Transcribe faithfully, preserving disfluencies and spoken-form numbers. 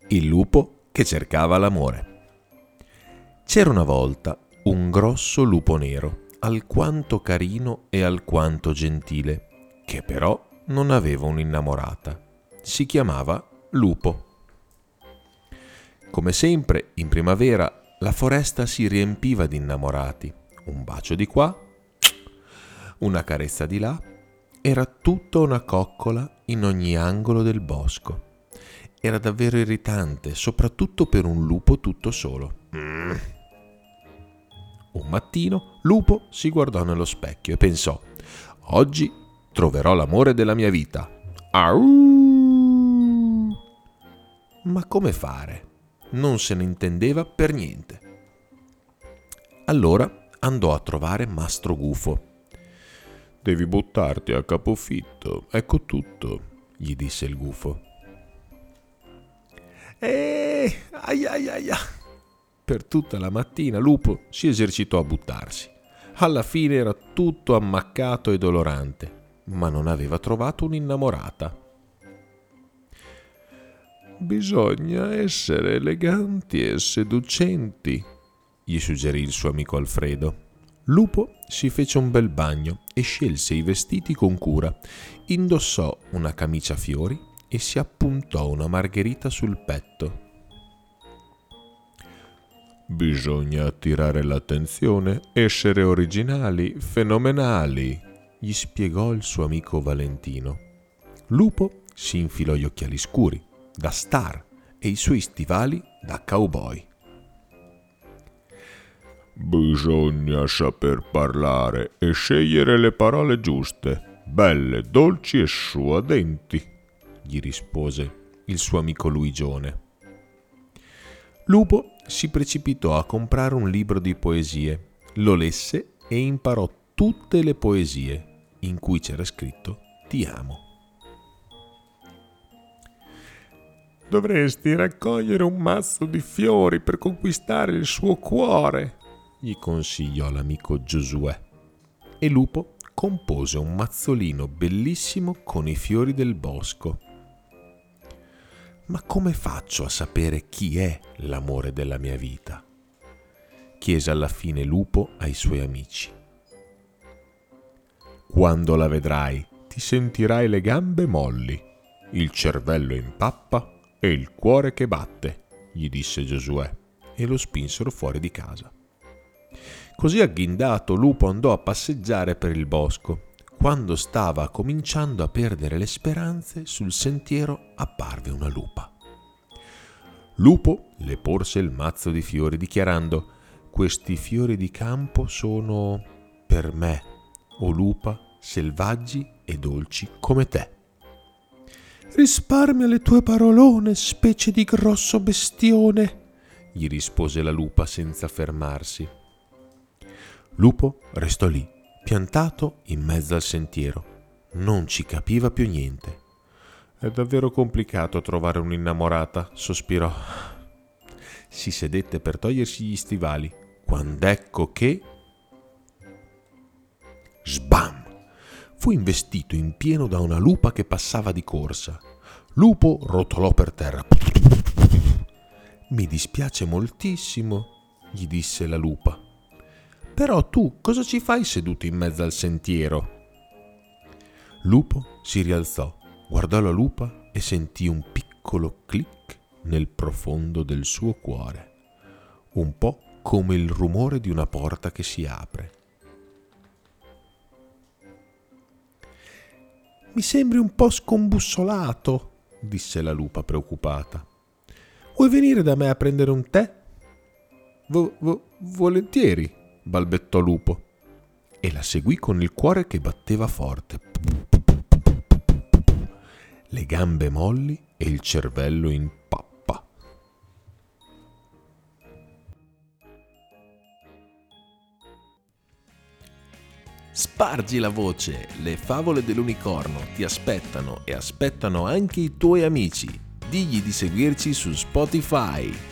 Il lupo che cercava l'amore. C'era una volta un grosso lupo nero, alquanto carino e alquanto gentile, che però non aveva un'innamorata. Si chiamava Lupo. Come sempre, in primavera, la foresta si riempiva di innamorati. Un bacio di qua, una carezza di là, era tutta una coccola in ogni angolo del bosco. Era davvero irritante, soprattutto per un lupo tutto solo. Mm. Un mattino, Lupo si guardò nello specchio e pensò: oggi troverò l'amore della mia vita. Au! Ma come fare? Non se ne intendeva per niente. Allora andò a trovare Mastro Gufo. «Devi buttarti a capofitto, ecco tutto», gli disse il gufo. Eh, ai ai ai. Per tutta la mattina Lupo si esercitò a buttarsi. Alla fine era tutto ammaccato e dolorante, ma non aveva trovato un'innamorata. «Bisogna essere eleganti e seducenti», gli suggerì il suo amico Alfredo. Lupo si fece un bel bagno e scelse i vestiti con cura. Indossò una camicia a fiori e si appuntò una margherita sul petto. «Bisogna attirare l'attenzione, essere originali, fenomenali», gli spiegò il suo amico Valentino. Lupo si infilò gli occhiali scuri, da star, e i suoi stivali da cowboy. «Bisogna saper parlare e scegliere le parole giuste, belle, dolci e suadenti», gli rispose il suo amico Luigione. Lupo si precipitò a comprare un libro di poesie, lo lesse e imparò tutte le poesie in cui c'era scritto «Ti amo». «Dovresti raccogliere un mazzo di fiori per conquistare il suo cuore», gli consigliò l'amico Giosuè. E Lupo compose un mazzolino bellissimo con i fiori del bosco. «Ma come faccio a sapere chi è l'amore della mia vita?» chiese alla fine Lupo ai suoi amici. «Quando la vedrai, ti sentirai le gambe molli, il cervello in pappa e il cuore che batte», gli disse Giosuè, e lo spinsero fuori di casa. Così agghindato, Lupo andò a passeggiare per il bosco. Quando stava cominciando a perdere le speranze, sul sentiero apparve una lupa. Lupo le porse il mazzo di fiori dichiarando: «Questi fiori di campo sono per me, o lupa, selvaggi e dolci come te». «Risparmia le tue parolone, specie di grosso bestione», gli rispose la lupa senza fermarsi. Lupo restò lì, piantato in mezzo al sentiero. Non ci capiva più niente. «È davvero complicato trovare un'innamorata», sospirò. Si sedette per togliersi gli stivali, quando ecco che... Sbam! Fu investito in pieno da una lupa che passava di corsa. Lupo rotolò per terra. «Mi dispiace moltissimo», gli disse la lupa. «Però tu cosa ci fai seduto in mezzo al sentiero?» Lupo si rialzò, guardò la lupa e sentì un piccolo clic nel profondo del suo cuore, un po' come il rumore di una porta che si apre. «Mi sembri un po' scombussolato», disse la lupa preoccupata. «Vuoi venire da me a prendere un tè?» Vo- vo- volentieri», balbettò Lupo, e la seguì con il cuore che batteva forte, le gambe molli e il cervello in pappa. Spargi la voce, le favole dell'unicorno ti aspettano e aspettano anche i tuoi amici. Digli di seguirci su Spotify.